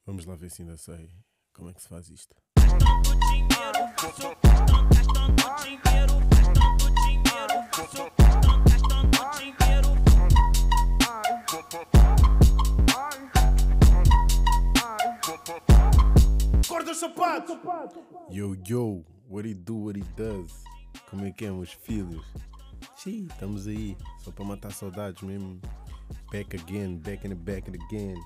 Vamos lá ver se ainda sei como é que se faz isto. Corta os sapatos! Yo, what it do, what it does? Como é que é, meus filhos? Xiii, estamos aí, só para matar saudades mesmo. Back again, back and again.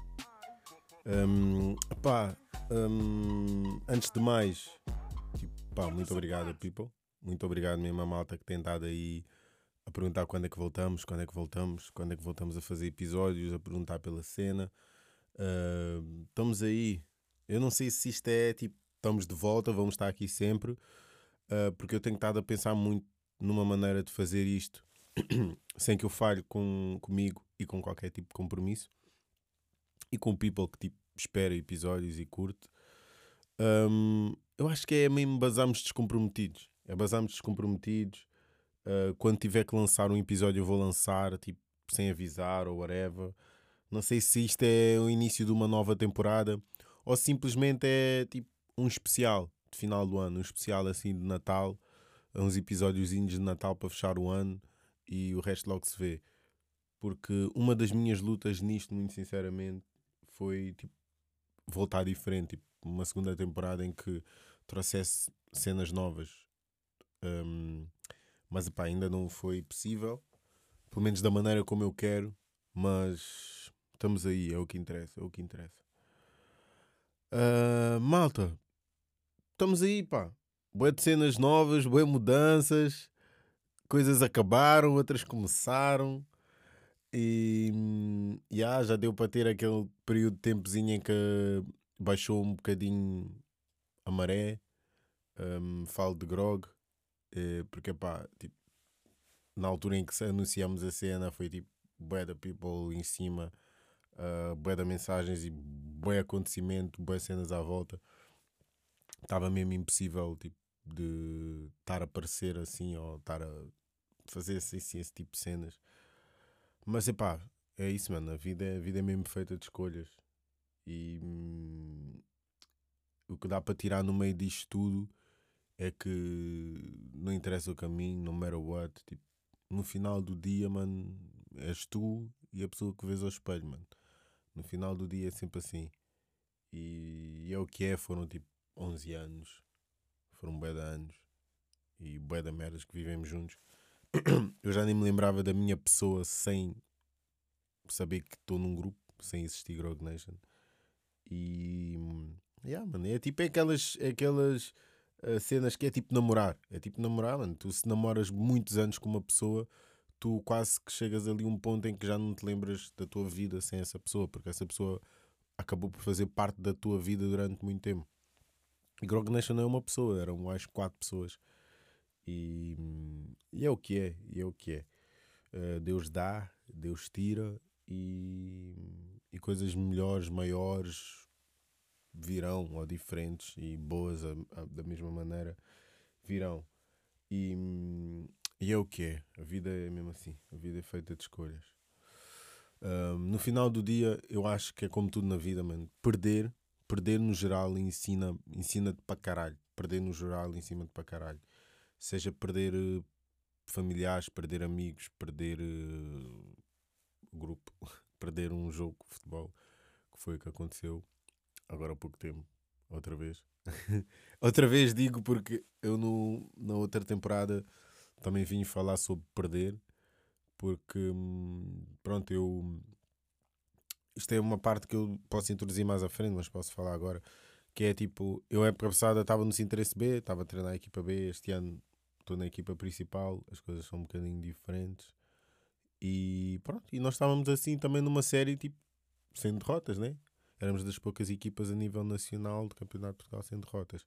Antes de mais, muito obrigado, people. Muito obrigado mesmo à malta que tem dado aí a perguntar quando é que voltamos, quando é que voltamos a fazer episódios, a perguntar pela cena. Estamos aí. Eu não sei se isto é tipo, estamos de volta, vamos estar aqui sempre, porque eu tenho estado a pensar muito numa maneira de fazer isto sem que eu falhe comigo e com qualquer tipo de compromisso e com o people que tipo espera episódios e curte. Eu acho que é mesmo basarmos descomprometidos. É basarmos descomprometidos. Quando tiver que lançar um episódio eu vou lançar tipo sem avisar ou whatever. Não sei se isto é o início de uma nova temporada ou simplesmente é tipo um especial de final do ano, um especial assim de Natal, uns episódiozinhos de Natal para fechar o ano e o resto logo se vê. Porque uma das minhas lutas nisto, muito sinceramente, foi tipo voltar diferente, tipo, uma segunda temporada em que trouxesse cenas novas. Mas epá, ainda não foi possível, pelo menos da maneira como eu quero, mas estamos aí, é o que interessa, é o que interessa. Malta, estamos aí, pá. Bué de cenas novas, bué mudanças, coisas acabaram, outras começaram. E já deu para ter aquele período de tempozinho em que baixou um bocadinho a maré. Falo de grog, porque pá, tipo, na altura em que anunciamos a cena foi tipo bué da people em cima, bué da mensagens e bué acontecimento, bué cenas à volta. Estava mesmo impossível tipo, de estar a aparecer assim ou estar a fazer assim, esse tipo de cenas. Mas epá, é isso, mano. A vida é mesmo feita de escolhas. E o que dá para tirar no meio disto tudo é que não interessa o caminho, no matter what. Tipo, no final do dia, mano, és tu e a pessoa que vês ao espelho, mano. No final do dia é sempre assim. E é o que é. Foram tipo 11 anos. Foram bué de anos. E bué de merdas que vivemos juntos. Eu já nem me lembrava da minha pessoa sem saber que estou num grupo, sem existir Grog Nation. E mano, é tipo aquelas cenas que é tipo namorar. É tipo namorar, mano. Tu se namoras muitos anos com uma pessoa, tu quase que chegas ali a um ponto em que já não te lembras da tua vida sem essa pessoa, porque essa pessoa acabou por fazer parte da tua vida durante muito tempo. E Grog Nation não é uma pessoa, eram mais 4 pessoas. E é o que é, e é o que é. Deus dá, Deus tira e coisas melhores, maiores virão, ou diferentes e boas da mesma maneira virão. E é o que é. A vida é mesmo assim. A vida é feita de escolhas. No final do dia, eu acho que é como tudo na vida, mano. Perder no geral ensina-te para caralho. Perder no geral ensina-te para caralho. Seja perder familiares, perder amigos, perder grupo, perder um jogo de futebol, que foi o que aconteceu agora há pouco tempo, outra vez. Outra vez digo porque eu na outra temporada também vim falar sobre perder, porque pronto, isto é uma parte que eu posso introduzir mais à frente, mas posso falar agora, que é tipo, eu época passada estava no Interesse B, estava a treinar a equipa B, este ano estou na equipa principal, as coisas são um bocadinho diferentes. E pronto, e nós estávamos assim também numa série tipo, sem derrotas, né? Éramos das poucas equipas a nível nacional do Campeonato de Portugal sem derrotas.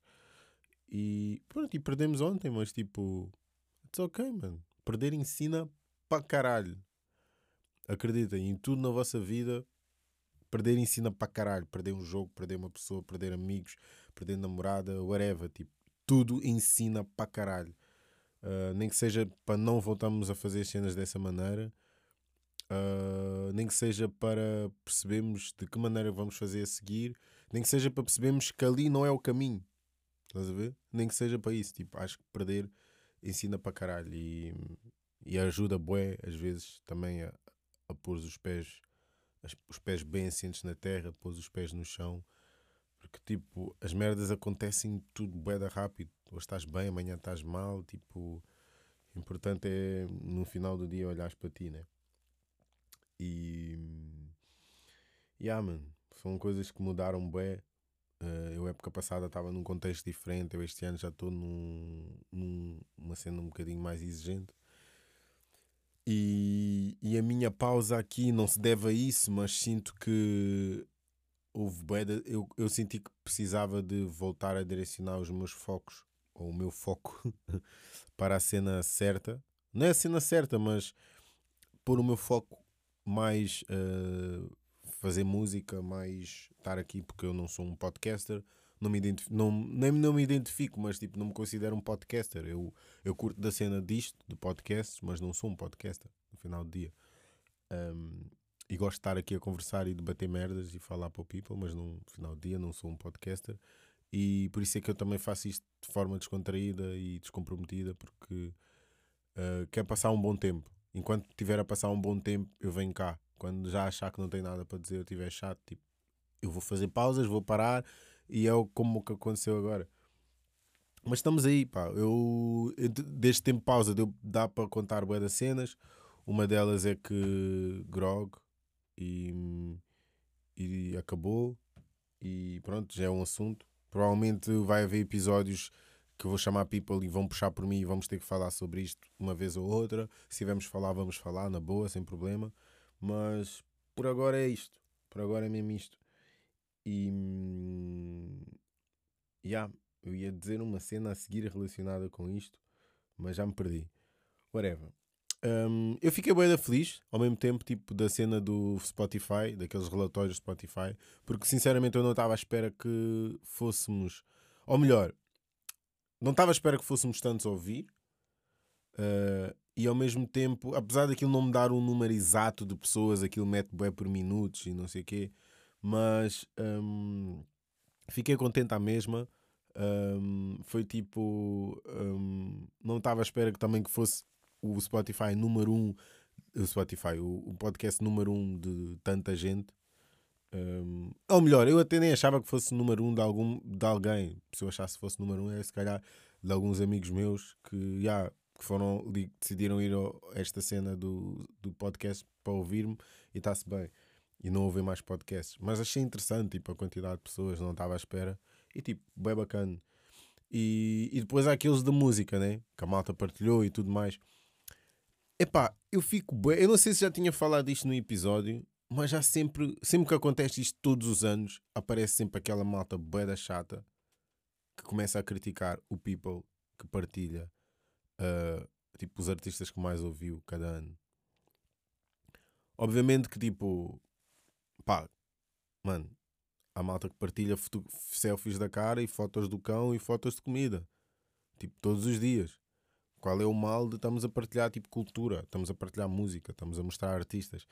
E pronto, e perdemos ontem, mas tipo, it's ok, mano. Perder ensina para caralho. Acreditem, em tudo na vossa vida, perder ensina para caralho. Perder um jogo, perder uma pessoa, perder amigos, perder namorada, whatever. Tipo, tudo ensina para caralho. Nem que seja para não voltarmos a fazer cenas dessa maneira. Nem que seja para percebermos de que maneira vamos fazer a seguir, Nem que seja para percebermos que ali não é o caminho. Estás a ver? Nem que seja para isso. Tipo, acho que perder ensina para caralho. E ajuda bué, às vezes, também a pôr os pés bem assentes na terra, pôr os pés no chão. Porque, tipo, as merdas acontecem tudo bué da rápido. Hoje estás bem, amanhã estás mal. Tipo, o importante é, no final do dia, olhares para ti, né? E... mano, são coisas que mudaram bué. Eu, época passada, estava num contexto diferente. Eu, este ano, já estou numa cena um bocadinho mais exigente. E a minha pausa aqui não se deve a isso, mas sinto que houve bué eu senti que precisava de voltar a direcionar os meus focos, ou o meu foco, para a cena certa. Não é a cena certa, mas pôr o meu foco mais fazer música, mais estar aqui, porque eu não sou um podcaster. Nem me identifico, mas tipo, não me considero um podcaster. Eu curto da cena disto, de podcasts, mas não sou um podcaster no final do dia. E gosto de estar aqui a conversar e debater merdas e falar para o people, mas no final do dia não sou um podcaster. E por isso é que eu também faço isto de forma descontraída e descomprometida, porque quero passar um bom tempo. Enquanto estiver a passar um bom tempo, eu venho cá. Quando já achar que não tenho nada para dizer, eu estiver chato, tipo, eu vou fazer pausas, vou parar, e é como o que aconteceu agora. Mas estamos aí, pá. Deste tempo de pausa dá para contar bué das cenas. Uma delas é que grog e, e acabou. E pronto, já é um assunto. Provavelmente vai haver episódios que eu vou chamar people e vão puxar por mim e vamos ter que falar sobre isto uma vez ou outra. Se tivermos falar, vamos falar, na boa, sem problema. Mas por agora é isto. Por agora é mesmo isto. E eu ia dizer uma cena a seguir relacionada com isto, mas já me perdi. Whatever. Eu fiquei bem feliz, ao mesmo tempo, tipo, da cena do Spotify, daqueles relatórios do Spotify, porque sinceramente eu não estava à espera que fôssemos, ou melhor, não estava à espera que fôssemos tantos a ouvir, e ao mesmo tempo, apesar daquilo não me dar um número exato de pessoas, aquilo mete bué por minutos e não sei o quê, mas fiquei contente à mesma. Foi tipo, não estava à espera que também que fosse o Spotify número um, o podcast número um de tanta gente. Ou melhor, eu até nem achava que fosse número um de alguém. Se eu achasse que fosse número um, é se calhar de alguns amigos meus que foram, decidiram ir a esta cena do podcast para ouvir-me e está-se bem. E não ouvir mais podcasts. Mas achei interessante, tipo, a quantidade de pessoas, não estava à espera. E tipo, bem bacana. E depois há aqueles de música, né? Que a malta partilhou e tudo mais. Epá, eu fico bem. Eu não sei se já tinha falado isto no episódio, mas já sempre que acontece isto todos os anos, aparece sempre aquela malta bué da chata que começa a criticar o people que partilha, tipo, os artistas que mais ouviu cada ano. Obviamente que, tipo, pá, mano, há malta que partilha selfies da cara e fotos do cão e fotos de comida, tipo, todos os dias. Qual é o mal de estamos a partilhar tipo cultura, estamos a partilhar música, estamos a mostrar artistas.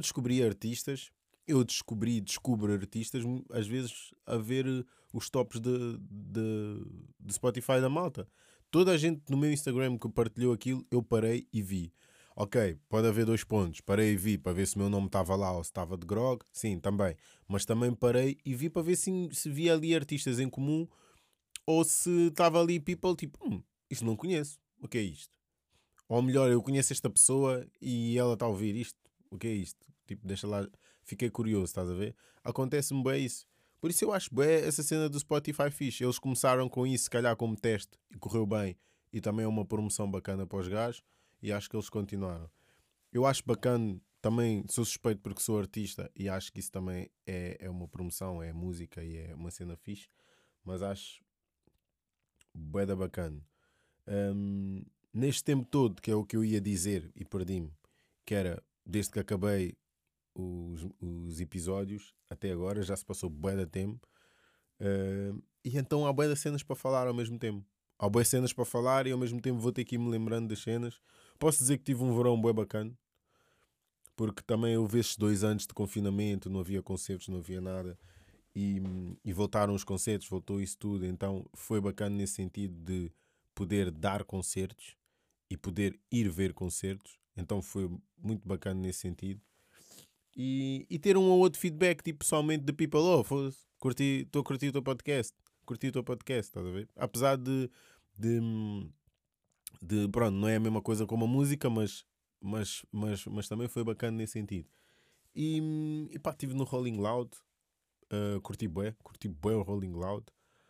Descubro artistas às vezes a ver os tops de Spotify da malta. Toda a gente no meu Instagram que partilhou aquilo, eu parei e vi. Ok, pode haver dois pontos. Parei e vi para ver se o meu nome estava lá ou se estava de grog. Sim, também. Mas também parei e vi para ver se via ali artistas em comum ou se estava ali people tipo, isto não conheço. O que é isto? Ou melhor, eu conheço esta pessoa e ela está a ouvir isto. O que é isto? Tipo, deixa lá. Fiquei curioso, estás a ver? Acontece-me bem isso. Por isso eu acho bem essa cena do Spotify fixe. Eles começaram com isso, se calhar como teste, e correu bem. E também é uma promoção bacana para os gajos. E acho que eles continuaram. Eu acho bacana, também sou suspeito porque sou artista e acho que isso também é uma promoção, é música e é uma cena fixe. Mas acho bué da bacana. Neste tempo todo, que é o que eu ia dizer e perdi-me, que era desde que acabei os episódios até agora, já se passou bué de tempo, e então há bué de cenas para falar ao mesmo tempo. Há bué cenas para falar e ao mesmo tempo vou ter que ir me lembrando das cenas. Posso dizer que tive um verão bué bacana, porque também houve esses 2 anos de confinamento, não havia concertos, não havia nada. e, e voltaram os concertos, voltou isso tudo. Então foi bacana nesse sentido de poder dar concertos e poder ir ver concertos. Então foi muito bacana nesse sentido. E ter um ou outro feedback, tipo, pessoalmente de people, oh, foda-se, estou a curtir o teu podcast, curti o teu podcast, estás a ver? Apesar de, pronto, não é a mesma coisa como a música, mas também foi bacana nesse sentido. E pá, estive no Rolling Loud, curti bué o Rolling Loud.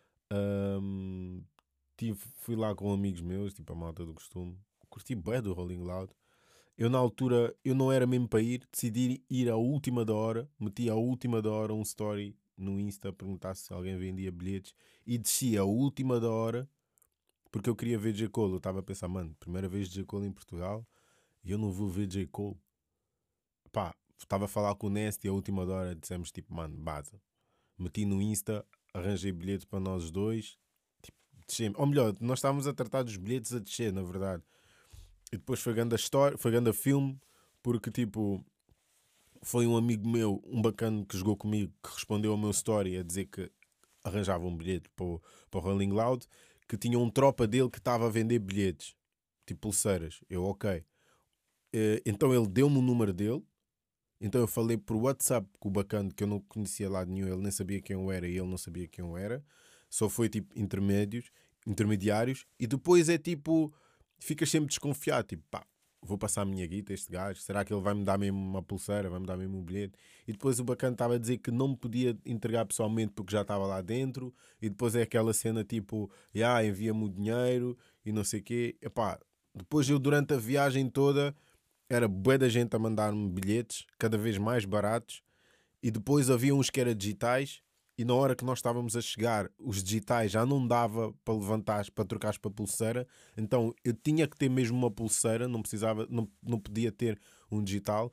Fui lá com amigos meus, tipo a malta do costume, curti bué do Rolling Loud. Eu na altura, eu não era mesmo para ir, decidi ir à última da hora, meti à última da hora um story no Insta a perguntar se alguém vendia bilhetes e desci à última da hora porque eu queria ver J. Cole. Eu estava a pensar, mano, primeira vez de J. Cole em Portugal e eu não vou ver J. Cole. Pá, estava a falar com o Nest e à última da hora dissemos tipo, mano, baza. Meti no Insta, arranjei bilhetes para nós dois, tipo, descemos. Ou melhor, nós estávamos a tratar dos bilhetes a descer, na verdade. E depois foi grande a história, foi grande a filme, porque tipo, foi um amigo meu, um bacana que jogou comigo, que respondeu ao meu story a dizer que arranjava um bilhete para o Rolling Loud, que tinha um tropa dele que estava a vender bilhetes, tipo pulseiras. Eu, ok. Então ele deu-me o número dele, então eu falei por WhatsApp com o bacana, que eu não conhecia lá nenhum, ele nem sabia quem eu era e ele não sabia quem eu era, só foi tipo intermediários, e depois é tipo, ficas sempre desconfiado, tipo, pá, vou passar a minha guita a este gajo, será que ele vai me dar mesmo uma pulseira, vai me dar mesmo um bilhete? E depois o bacana estava a dizer que não me podia entregar pessoalmente porque já estava lá dentro, e depois é aquela cena tipo, envia-me o dinheiro e não sei o quê. Epá, depois eu durante a viagem toda era bué da gente a mandar-me bilhetes cada vez mais baratos e depois havia uns que eram digitais e na hora que nós estávamos a chegar os digitais já não dava para levantar, para trocar para pulseira, então eu tinha que ter mesmo uma pulseira, não precisava, não podia ter um digital.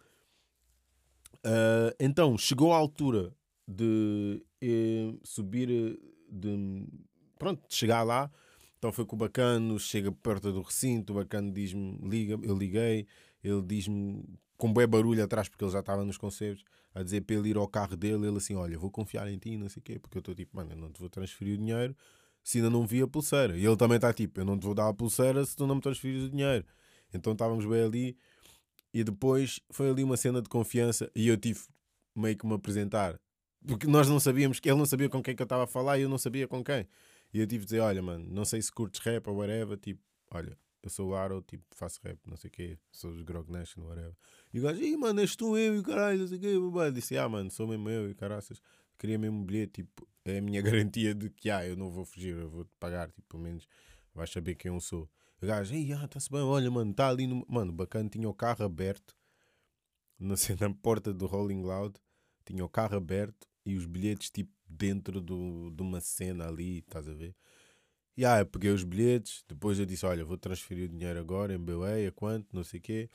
Então chegou a altura de subir, pronto, de chegar lá. Então foi com o bacano, chega perto do recinto, o bacano diz-me, liga, eu liguei, ele diz-me, com bué barulho atrás, porque ele já estava nos concertos, a dizer para ele ir ao carro dele, ele assim, olha, vou confiar em ti, não sei o quê, porque eu estou tipo, mano, eu não te vou transferir o dinheiro se ainda não vi a pulseira. E ele também está tipo, eu não te vou dar a pulseira se tu não me transferires o dinheiro. Então estávamos bem ali, e depois foi ali uma cena de confiança, e eu tive meio que me apresentar, porque nós não sabíamos, ele não sabia com quem que eu estava a falar e eu não sabia com quem. E eu tive de dizer, olha, mano, não sei se curtes rap ou whatever, tipo, olha, eu sou o Aro, tipo, faço rap, não sei o quê, sou os Grog Nation, whatever. E o gajo, mano, és tu eu e o caralho, não sei o quê, babá. Disse, mano, sou mesmo eu e caraças, queria mesmo um bilhete, tipo, é a minha garantia de que, eu não vou fugir, eu vou-te pagar, tipo, pelo menos vais saber quem eu sou. O gajo, está-se bem, olha, mano, está ali no... Mano, bacana, tinha o carro aberto, na porta do Rolling Loud, tinha o carro aberto e os bilhetes, tipo, dentro de uma cena ali, estás a ver? Eu peguei os bilhetes, depois eu disse, olha, vou transferir o dinheiro agora em BUE, a quanto, não sei o quê.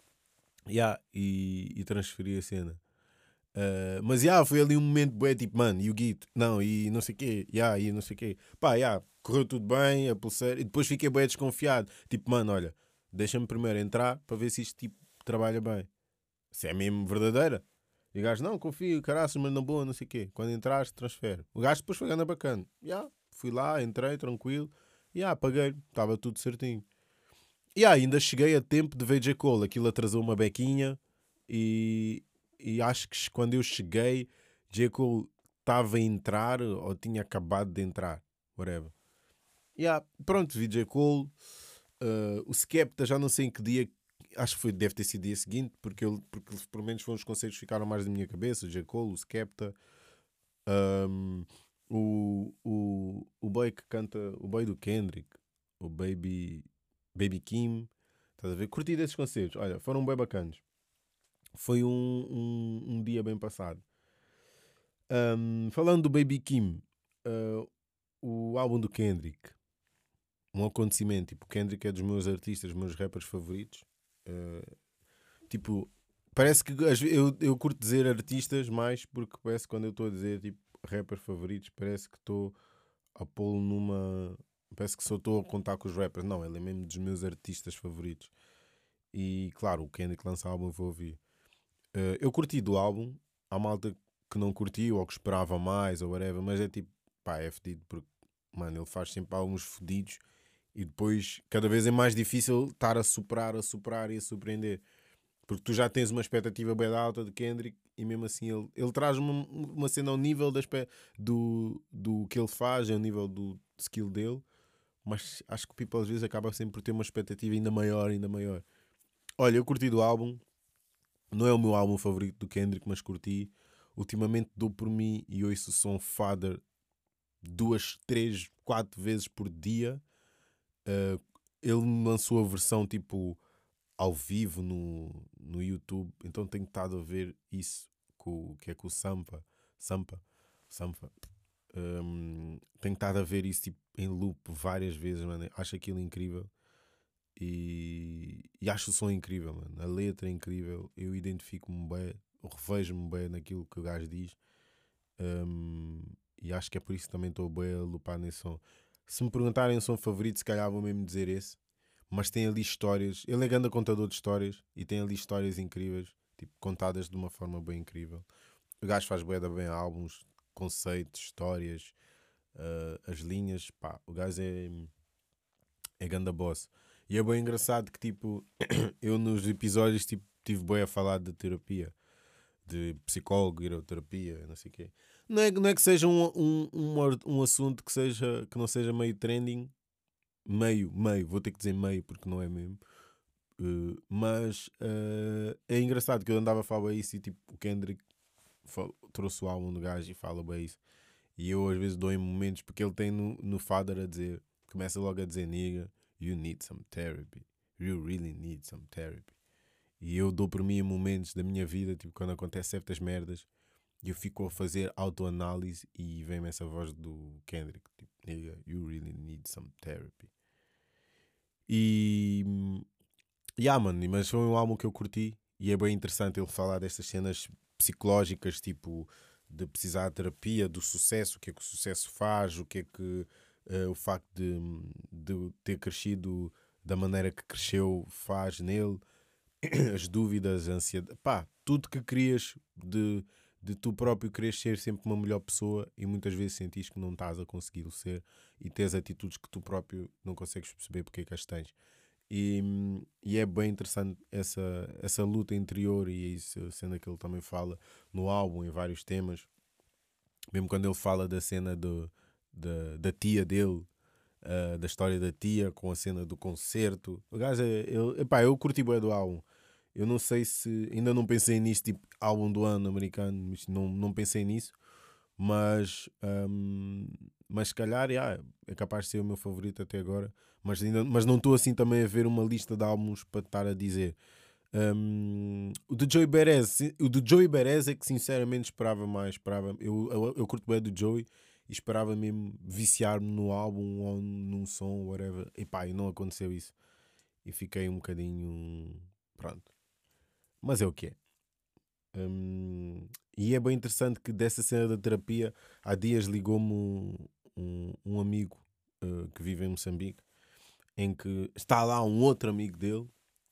E transferi a cena. Mas foi ali um momento bué, tipo, mano, e o Guito, não, e não sei o quê, e não sei o quê. Pá, correu tudo bem, a pulseira, e depois fiquei bué desconfiado. Tipo, mano, olha, deixa-me primeiro entrar para ver se isto, tipo, trabalha bem. Se é mesmo verdadeira. E o gajo, não, confio, caraças, mas não boa, não sei o quê. Quando entraste, transfere. O gajo depois foi andando bacana. Fui lá, entrei, tranquilo. Paguei, estava tudo certinho. Ainda cheguei a tempo de ver J. Cole. Aquilo atrasou uma bequinha. E, e acho que quando eu cheguei, J. Cole estava a entrar ou tinha acabado de entrar. Whatever. Pronto, vi J. Cole. O Skepta, já não sei em que dia, acho que deve ter sido dia seguinte, porque pelo menos foram os concertos que ficaram mais na minha cabeça. O J. Cole, o Skepta, o boy que canta, o boy do Kendrick, o Baby Kim, estás a ver? Curti desses concertos, olha, foram bem bacanas. Foi um dia bem passado. Falando do Baby Kim, o álbum do Kendrick, um acontecimento. Tipo, Kendrick é dos meus artistas, dos meus rappers favoritos. Tipo, parece que eu curto dizer artistas mais porque parece que quando eu estou a dizer tipo rappers favoritos, parece que estou a pô-lo numa. Parece que só estou a contar com os rappers. Não, ele é mesmo dos meus artistas favoritos. E claro, o Kendrick lança álbum, eu vou ouvir. Eu curti do álbum. Há malta que não curtiu ou que esperava mais ou whatever, mas é tipo, pá, é fedido porque, mano, ele faz sempre alguns fedidos e depois cada vez é mais difícil estar a superar e a surpreender. Porque tu já tens uma expectativa bem alta de Kendrick e mesmo assim ele traz uma cena ao nível do que ele faz, ao nível do skill dele, mas acho que o People às vezes acaba sempre por ter uma expectativa ainda maior, ainda maior. Olha, eu curti do álbum, não é o meu álbum favorito do Kendrick, mas curti. Ultimamente dou por mim e ouço o som Father 2, 3, 4 vezes por dia. Uh, ele lançou a versão tipo ao vivo no YouTube, então tenho estado a ver isso que é com o Sampa. Tenho estado a ver isso tipo, em loop várias vezes, mano. Acho aquilo incrível e acho o som incrível, mano. A letra é incrível, eu identifico-me bem, revejo-me bem naquilo que o gajo diz. E acho que é por isso que também estou bem a lupar nesse som. Se me perguntarem o som favorito, se calhar vou mesmo dizer esse. Mas tem ali histórias. Ele é grande contador de histórias e tem ali histórias incríveis, tipo, contadas de uma forma bem incrível. O gajo faz bué da bem álbuns, conceitos, histórias, as linhas. Pá, o gajo é ganda boss. E é bem engraçado que, tipo, eu nos episódios tipo, tive bué a falar de terapia, de psicólogo, ir a terapia, não sei o quê. Não é que seja um assunto que não seja meio trending, meio, vou ter que dizer meio porque não é mesmo. Mas é engraçado que eu andava a falar isso e tipo o Kendrick trouxe o álbum do gajo e fala bem isso. E eu às vezes dou em momentos porque ele tem no Father a dizer, começa logo a dizer nigga, you need some therapy. You really need some therapy. E eu dou por mim em momentos da minha vida, tipo quando acontece certas merdas, e eu fico a fazer autoanálise e vem-me essa voz do Kendrick, tipo, nigga, you really need some therapy. E mano, mas foi um álbum que eu curti e é bem interessante ele falar destas cenas psicológicas, tipo de precisar de terapia, do sucesso, o que é que o sucesso faz, o que é que o facto de ter crescido da maneira que cresceu faz nele, as dúvidas, a ansiedade, pá, tudo que querias de tu próprio queres ser sempre uma melhor pessoa e muitas vezes sentis que não estás a conseguir ser e tens atitudes que tu próprio não consegues perceber porque é que as tens. E é bem interessante essa luta interior e isso, sendo que ele também fala no álbum em vários temas, mesmo quando ele fala da cena da tia dele, da história da tia com a cena do concerto. O gajo, eu curti bué do álbum. Eu não sei se ainda não pensei nisso, tipo álbum do ano americano, mas não pensei nisso, mas mas se calhar é capaz de ser o meu favorito até agora, mas não estou assim também a ver uma lista de álbuns para estar a dizer. O do Joey Perez é que sinceramente eu curto bem do Joey e esperava mesmo viciar-me no álbum ou num som, whatever, e pá, e não aconteceu isso e fiquei um bocadinho pronto, mas é o que é. E é bem interessante que dessa cena da terapia, há dias ligou-me um amigo que vive em Moçambique, em que está lá um outro amigo dele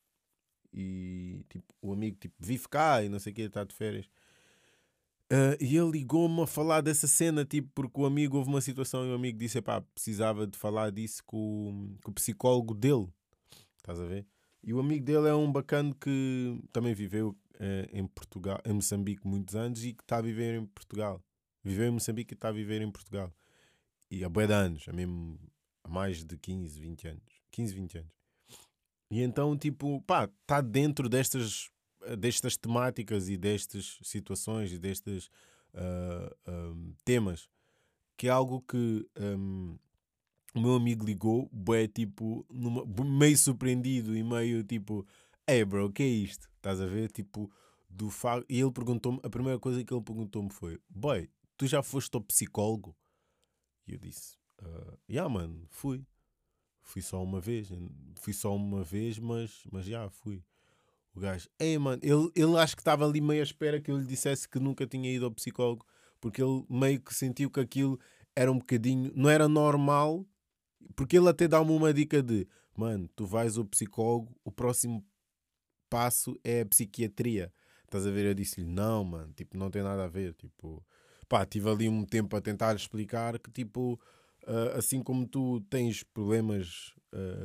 e tipo, o amigo tipo, vive cá e não sei o que, está de férias. E ele ligou-me a falar dessa cena, tipo, porque o amigo houve uma situação e o amigo disse, pá, precisava de falar disso com o psicólogo dele, estás a ver? E o amigo dele é um bacana que também viveu em Portugal, em Moçambique muitos anos e que está a viver em Portugal. Viveu em Moçambique e está a viver em Portugal. E há bué de anos, há mais de 15, 20 anos. 15, 20 anos. E então, tipo, pá, está dentro destas temáticas e destas situações e destes temas, que é algo que o meu amigo ligou, bué, tipo, meio surpreendido e meio tipo, hey bro, o que é isto? Estás a ver? Tipo, do facto. E ele perguntou-me, a primeira coisa que ele perguntou-me foi: boy, tu já foste ao psicólogo? E eu disse: yeah, mano, fui. Fui só uma vez. Fui só uma vez, mas já fui. O gajo, ei mano, ele acho que estava ali meio à espera que eu lhe dissesse que nunca tinha ido ao psicólogo, porque ele meio que sentiu que aquilo era um bocadinho, não era normal. Porque ele até dá-me uma dica de: mano, tu vais ao psicólogo, o próximo passo é a psiquiatria. Estás a ver? Eu disse-lhe, não, mano, tipo, não tem nada a ver. Tipo, pá, tive ali um tempo a tentar explicar que, tipo, assim como tu tens problemas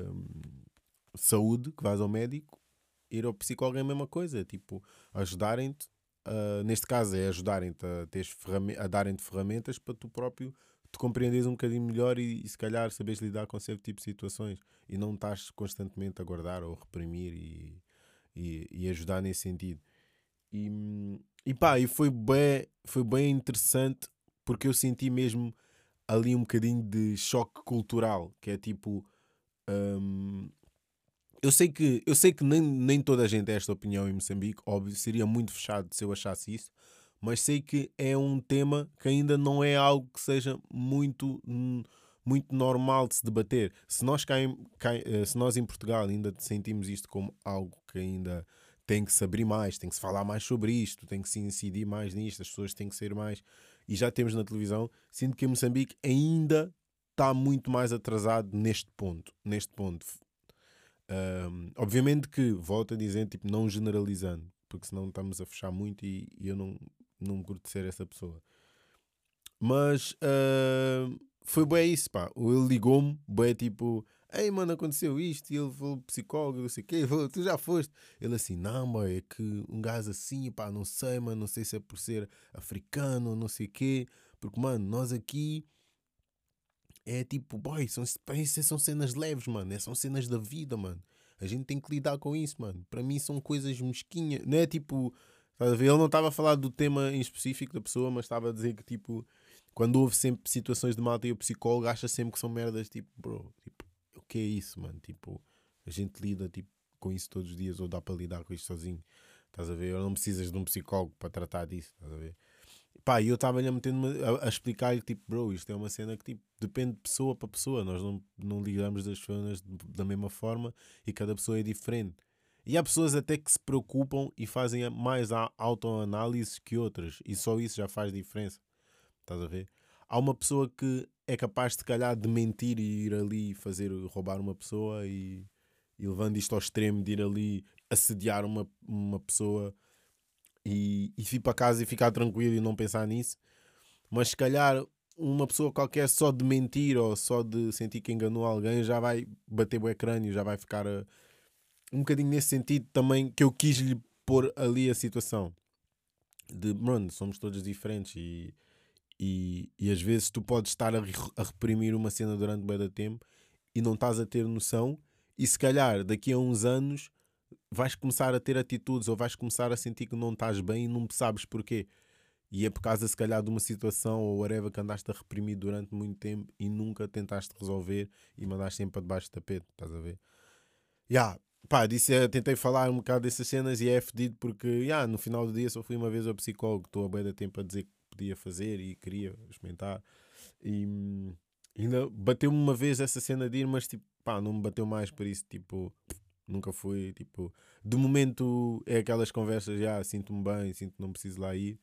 de saúde, que vais ao médico, ir ao psicólogo é a mesma coisa. Tipo, ajudarem-te, neste caso é ajudarem-te a, a darem-te ferramentas para tu próprio te compreenderes um bocadinho melhor e se calhar saberes lidar com certo tipo de situações e não estás constantemente a guardar ou reprimir e ajudar nesse sentido. E pá, e foi bem interessante porque eu senti mesmo ali um bocadinho de choque cultural, que é tipo, hum, eu sei que nem toda a gente é esta opinião em Moçambique, óbvio, seria muito fechado se eu achasse isso, mas sei que é um tema que ainda não é algo que seja muito normal de se debater. Se nós, se nós em Portugal ainda sentimos isto como algo que ainda tem que se abrir mais, tem que se falar mais sobre isto, tem que se incidir mais nisto, as pessoas têm que ser mais. E já temos na televisão, sinto que em Moçambique ainda está muito mais atrasado neste ponto. Neste ponto. Obviamente que, volto a dizer, tipo, não generalizando, porque senão estamos a fechar muito e eu não curto ser essa pessoa. Mas foi bem isso, pá. Ele ligou-me, bem tipo, ei mano, aconteceu isto, e ele falou psicólogo, não sei o quê, falou, tu já foste. Ele assim, não, mano, é que um gajo assim, pá, não sei, mano, não sei se é por ser africano, não sei o quê, porque, mano, nós aqui é tipo, boy, isso são cenas leves, mano. São cenas da vida, mano. A gente tem que lidar com isso, mano. Para mim são coisas mesquinhas. Não é tipo. Estás a ver? Ele não estava a falar do tema em específico da pessoa, mas estava a dizer que, tipo, quando houve sempre situações de malta e o psicólogo acha sempre que são merdas, tipo, bro, tipo, o que é isso, mano? Tipo, a gente lida, tipo, com isso todos os dias ou dá para lidar com isto sozinho. Estás a ver? Ou não precisas de um psicólogo para tratar disso, estás a ver? Pá, e eu estava-lhe a explicar-lhe, tipo, bro, isto é uma cena que, tipo, depende de pessoa para pessoa. Nós não ligamos das pessoas da mesma forma e cada pessoa é diferente. E há pessoas até que se preocupam e fazem mais a autoanálise que outras. E só isso já faz diferença. Estás a ver? Há uma pessoa que é capaz, de calhar, de mentir e ir ali fazer, roubar uma pessoa e levando isto ao extremo de ir ali assediar uma pessoa e ir para casa e ficar tranquilo e não pensar nisso. Mas se calhar uma pessoa qualquer só de mentir ou só de sentir que enganou alguém já vai bater o crânio, já vai ficar um bocadinho nesse sentido também que eu quis lhe pôr ali a situação de, mano, somos todos diferentes e às vezes tu podes estar a reprimir uma cena durante bem da tempo e não estás a ter noção e se calhar daqui a uns anos vais começar a ter atitudes ou vais começar a sentir que não estás bem e não sabes porquê. E é por causa, se calhar, de uma situação ou whatever que andaste a reprimir durante muito tempo e nunca tentaste resolver e mandaste sempre para debaixo do tapete, estás a ver? Yeah. Pá, tentei falar um bocado dessas cenas e é fedido porque no final do dia só fui uma vez ao psicólogo, estou a bem da tempo a dizer que podia fazer e queria experimentar e ainda bateu-me uma vez essa cena de ir, mas tipo, pá, não me bateu mais por isso, tipo, nunca fui, tipo, de momento é aquelas conversas, sinto-me bem, sinto que não preciso lá ir,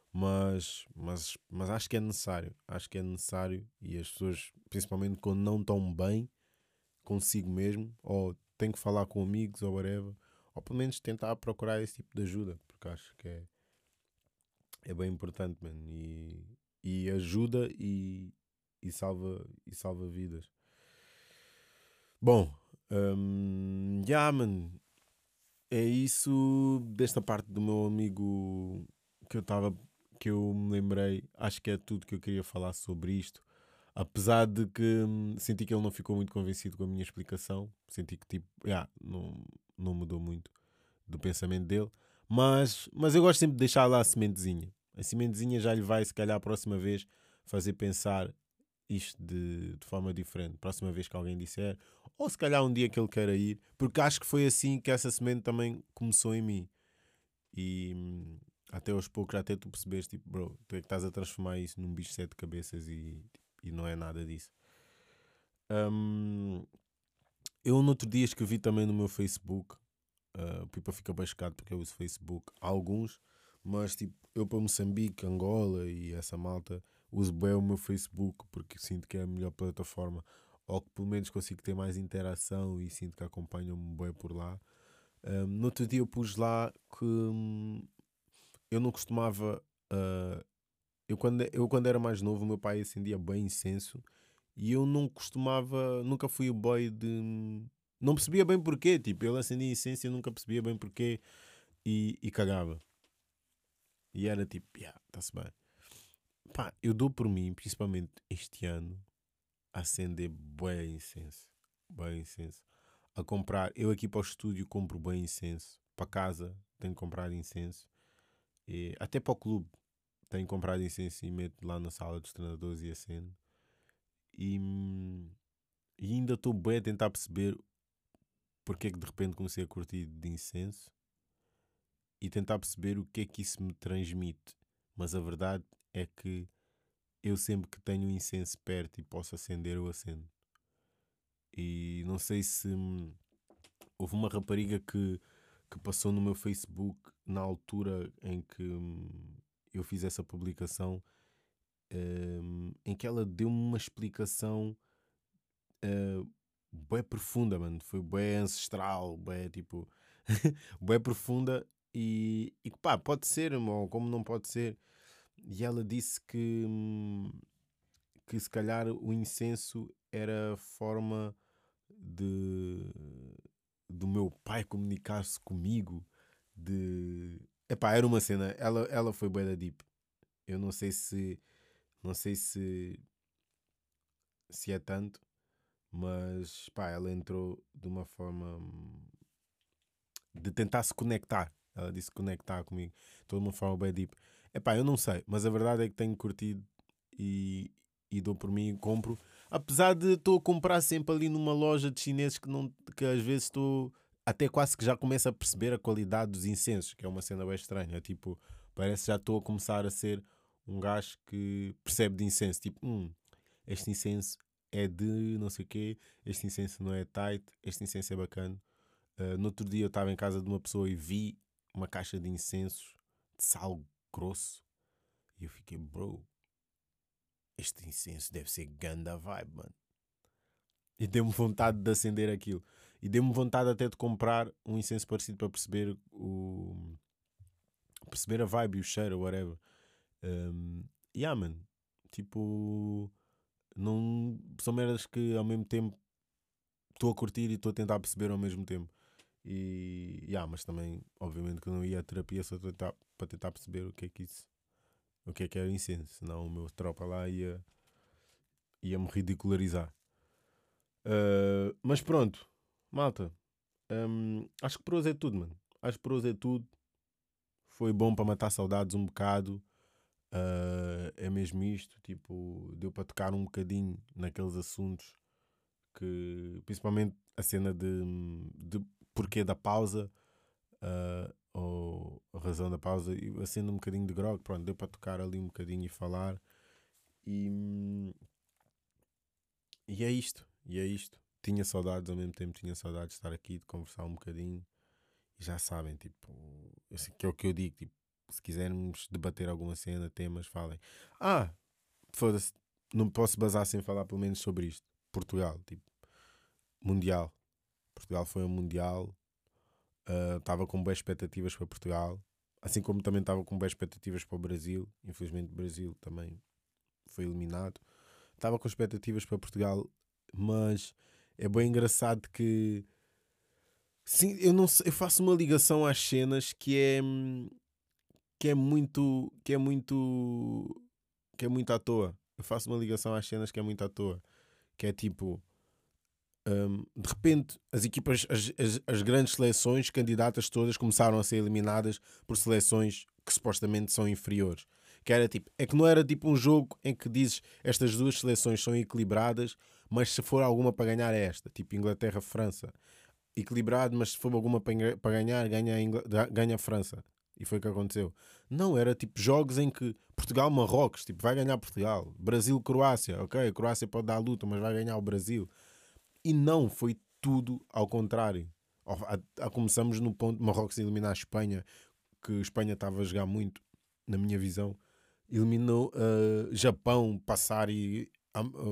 mas acho que é necessário. Acho que é necessário e as pessoas, principalmente quando não estão bem consigo mesmo, ou têm que falar com amigos ou whatever, ou pelo menos tentar procurar esse tipo de ajuda, porque acho que é bem importante, mano. E ajuda e salva vidas. Bom, mano, é isso desta parte do meu amigo que eu estava que eu me lembrei. Acho que é tudo que eu queria falar sobre isto. Apesar de que senti que ele não ficou muito convencido com a minha explicação. Senti que tipo, não mudou muito do pensamento dele. Mas eu gosto sempre de deixar lá a sementezinha. A sementezinha já lhe vai, se calhar, a próxima vez fazer pensar isto de forma diferente. Próxima vez que alguém disser, ou se calhar um dia que ele queira ir, porque acho que foi assim que essa semente também começou em mim. E até aos poucos, até tu percebes, tipo, bro, tu é que estás a transformar isso num bicho de sete cabeças e não é nada disso. Hum, eu no outro dia escrevi também no meu Facebook. O Pipa fica bem chocado porque eu uso Facebook. Há alguns, mas tipo, eu para Moçambique, Angola e essa malta uso bem o meu Facebook porque sinto que é a melhor plataforma. Ou que pelo menos consigo ter mais interação e sinto que acompanham-me bem por lá. No outro dia eu pus lá que eu não costumava. Eu quando era mais novo, o meu pai acendia bem incenso e eu não costumava, nunca fui o boy de. Não percebia bem porquê, tipo, ele acendia incenso e eu nunca percebia bem porquê e cagava. E era tipo, yeah, está-se bem. Pá, eu dou por mim, principalmente este ano, a acender bem incenso. Bem incenso. A comprar, eu aqui para o estúdio compro bem incenso. Para casa tenho que comprar incenso. E até para o clube tenho comprado incenso e meto lá na sala dos treinadores e acendo. E, e ainda estou bem a tentar perceber porque é que de repente comecei a curtir de incenso e tentar perceber o que é que isso me transmite. Mas a verdade é que eu sempre que tenho um incenso perto e posso acender, eu acendo. E não sei se houve uma rapariga que passou no meu Facebook na altura em que eu fiz essa publicação, em que ela deu-me uma explicação bué profunda, mano. Foi bué ancestral, bué tipo, bué profunda e pá, pode ser, ou como não pode ser. E ela disse que se calhar o incenso era a forma de do meu pai comunicar-se comigo. De epá, era uma cena. Ela foi bué da deep. Eu não sei se é tanto, mas pá, ela entrou de uma forma de tentar se conectar. Ela disse conectar comigo de uma forma bem deep. Epá, eu não sei, mas a verdade é que tenho curtido e, e dou por mim e compro. Apesar de estou a comprar sempre ali numa loja de chineses que às vezes estou até quase que já começo a perceber a qualidade dos incensos, que é uma cena bem estranha. Tipo, parece que já estou a começar a ser um gajo que percebe de incenso. Tipo, este incenso é de não sei o quê, este incenso não é tight, este incenso é bacana. No outro dia eu estava em casa de uma pessoa e vi uma caixa de incensos de sal grosso e eu fiquei, bro, este incenso deve ser ganda vibe, mano. E deu-me vontade de acender aquilo. E deu-me vontade até de comprar um incenso parecido para perceber a vibe e o cheiro, whatever. Yeah, man. Tipo, não, são merdas que ao mesmo tempo estou a curtir e estou a tentar perceber ao mesmo tempo. Mas também, obviamente, que eu não ia à terapia só para tentar perceber o que era incenso, senão o meu tropa lá ia me ridicularizar. Mas pronto, malta, acho que por hoje é tudo, mano. Acho que por hoje é tudo. Foi bom para matar saudades um bocado. É mesmo isto, tipo, deu para tocar um bocadinho naqueles assuntos principalmente a cena de porquê da pausa, ou a razão da pausa, e acendo um bocadinho de grog, pronto, deu para tocar ali um bocadinho e falar. E é isto, e é isto. Tinha saudades, ao mesmo tempo tinha saudades de estar aqui, de conversar um bocadinho. E já sabem, tipo, que é o que eu digo, tipo, se quisermos debater alguma cena, temas, falem. Foda-se, não posso basar sem falar pelo menos sobre isto. Portugal, tipo, Mundial. Portugal foi um Mundial. Estava com boas expectativas para Portugal. Assim como também estava com boas expectativas para o Brasil. Infelizmente o Brasil também foi eliminado. Estava com expectativas para Portugal, mas é bem engraçado que sim, eu não sei, eu faço uma ligação às cenas que é muito à toa. Eu faço uma ligação às cenas que é muito à toa. Que é tipo, de repente, as equipas, as grandes seleções, candidatas todas, começaram a ser eliminadas por seleções que supostamente são inferiores. Que era tipo, é que não era tipo um jogo em que dizes estas duas seleções são equilibradas, mas se for alguma para ganhar é esta, tipo Inglaterra-França. Equilibrado, mas se for alguma para ganhar, ganha a França. E foi o que aconteceu. Não, era tipo jogos em que Portugal-Marrocos, tipo, vai ganhar Portugal. Brasil-Croácia, ok, a Croácia pode dar a luta, mas vai ganhar o Brasil. E não, foi tudo ao contrário. Começamos no ponto de Marrocos eliminar a Espanha, que a Espanha estava a jogar muito, na minha visão. Eliminou Japão passar e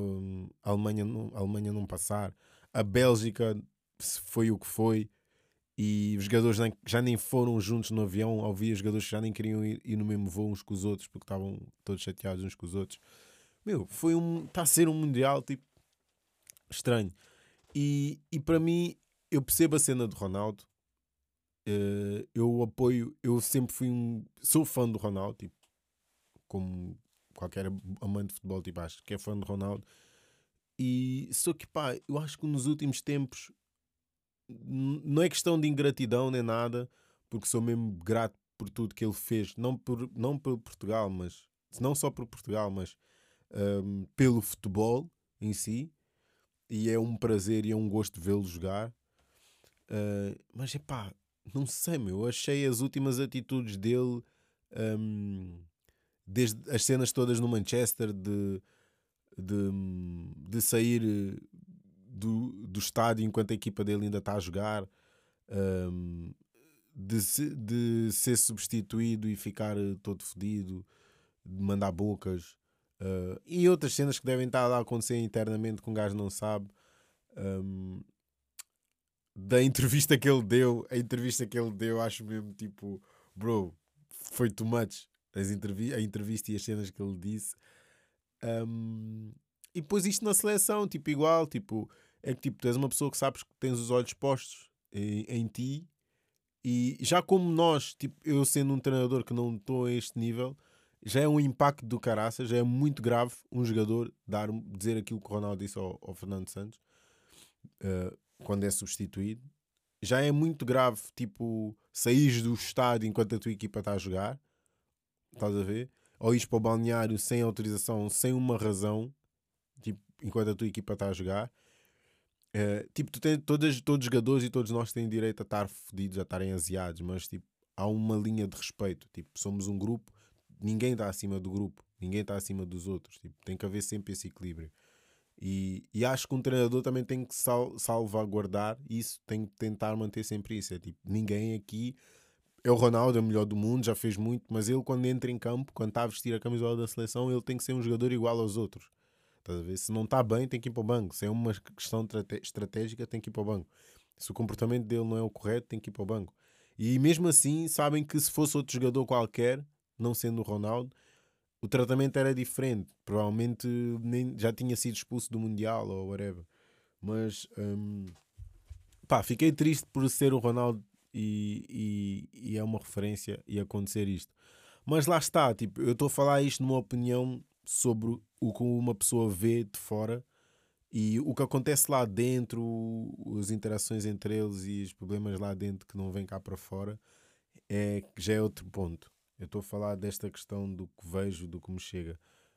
a Alemanha não passar. A Bélgica foi o que foi. e os jogadores já nem foram juntos no avião. Havia jogadores que já nem queriam ir no mesmo voo uns com os outros porque estavam todos chateados uns com os outros. Meu, está a ser um mundial tipo estranho. E para mim, eu percebo a cena do Ronaldo. Eu apoio, eu sempre sou fã do Ronaldo, tipo, como qualquer amante de futebol, tipo, acho que é fã do Ronaldo. E só que pá, eu acho que nos últimos tempos não é questão de ingratidão nem nada, porque sou mesmo grato por tudo que ele fez, não por Portugal, mas não só por Portugal, mas pelo futebol em si. E é um prazer e é um gosto vê-lo jogar. Mas é pá, não sei, meu. Achei as últimas atitudes dele, desde as cenas todas no Manchester, de sair do estádio enquanto a equipa dele ainda está a jogar, de ser substituído e ficar todo fedido, de mandar bocas, e outras cenas que devem estar a acontecer internamente que um gajo não sabe. Da entrevista que ele deu, acho mesmo tipo, bro, foi too much. A entrevista e as cenas que ele disse. E depois isto na seleção, tipo, igual, tipo, é que tipo, tu és uma pessoa que sabes que tens os olhos postos em ti, e já como nós, tipo, eu sendo um treinador que não estou a este nível, já é um impacto do caraça, já é muito grave um jogador dizer aquilo que o Ronaldo disse ao Fernando Santos, quando é substituído. Já é muito grave, tipo, saís do estádio enquanto a tua equipa está a jogar, estás a ver? Ou ires para o balneário sem autorização, sem uma razão, tipo, enquanto a tua equipa está a jogar. Tipo, todos os jogadores e todos nós têm direito a estar fodidos, a estarem aziados, mas tipo, há uma linha de respeito. Tipo, somos um grupo, ninguém está acima do grupo, ninguém está acima dos outros. Tipo, tem que haver sempre esse equilíbrio. E acho que um treinador também tem que salvaguardar isso, tem que tentar manter sempre isso. É tipo, ninguém aqui é o Ronaldo, é o melhor do mundo, já fez muito, mas ele, quando entra em campo, quando está a vestir a camisola da seleção, ele tem que ser um jogador igual aos outros. Estás a ver? Se não está bem, tem que ir para o banco. Se é uma questão estratégica, tem que ir para o banco. Se o comportamento dele não é o correto, tem que ir para o banco. E mesmo assim, sabem que se fosse outro jogador qualquer, não sendo o Ronaldo, o tratamento era diferente. Provavelmente já tinha sido expulso do Mundial ou whatever. Mas pá, fiquei triste por ser o Ronaldo e é uma referência e acontecer isto. Mas lá está, tipo, eu estou a falar isto numa opinião sobre o que uma pessoa vê de fora, e o que acontece lá dentro, as interações entre eles e os problemas lá dentro que não vêm cá para fora, já é outro ponto. Eu estou a falar desta questão do que vejo, do que me chega,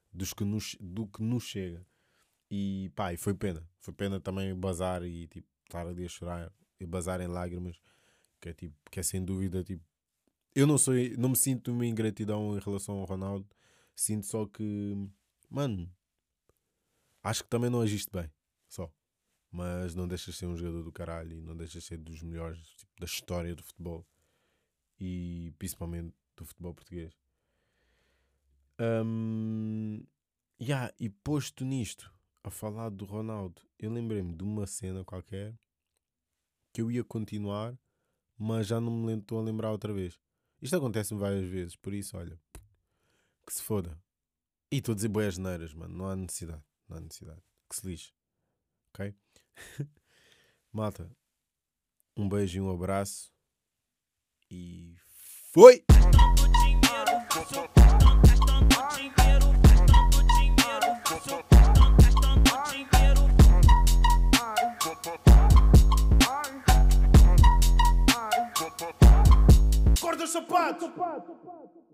do que nos chega. E pá, e foi pena também bazar e tipo, estar ali a chorar e bazar em lágrimas, que é sem dúvida, tipo, eu não me sinto uma ingratidão em relação ao Ronaldo, sinto só que, mano, acho que também não agiste bem, só. Mas não deixas de ser um jogador do caralho e não deixas de ser dos melhores, tipo, da história do futebol e principalmente do futebol português. E posto nisto, a falar do Ronaldo, eu lembrei-me de uma cena qualquer que eu ia continuar, mas já não me estou a lembrar outra vez. Isto acontece-me várias vezes, por isso, olha, que se foda. E estou a dizer boas neiras, mano, não há necessidade. Que se lixe, ok? Malta, um beijo e um abraço e foi! Corta o sapato!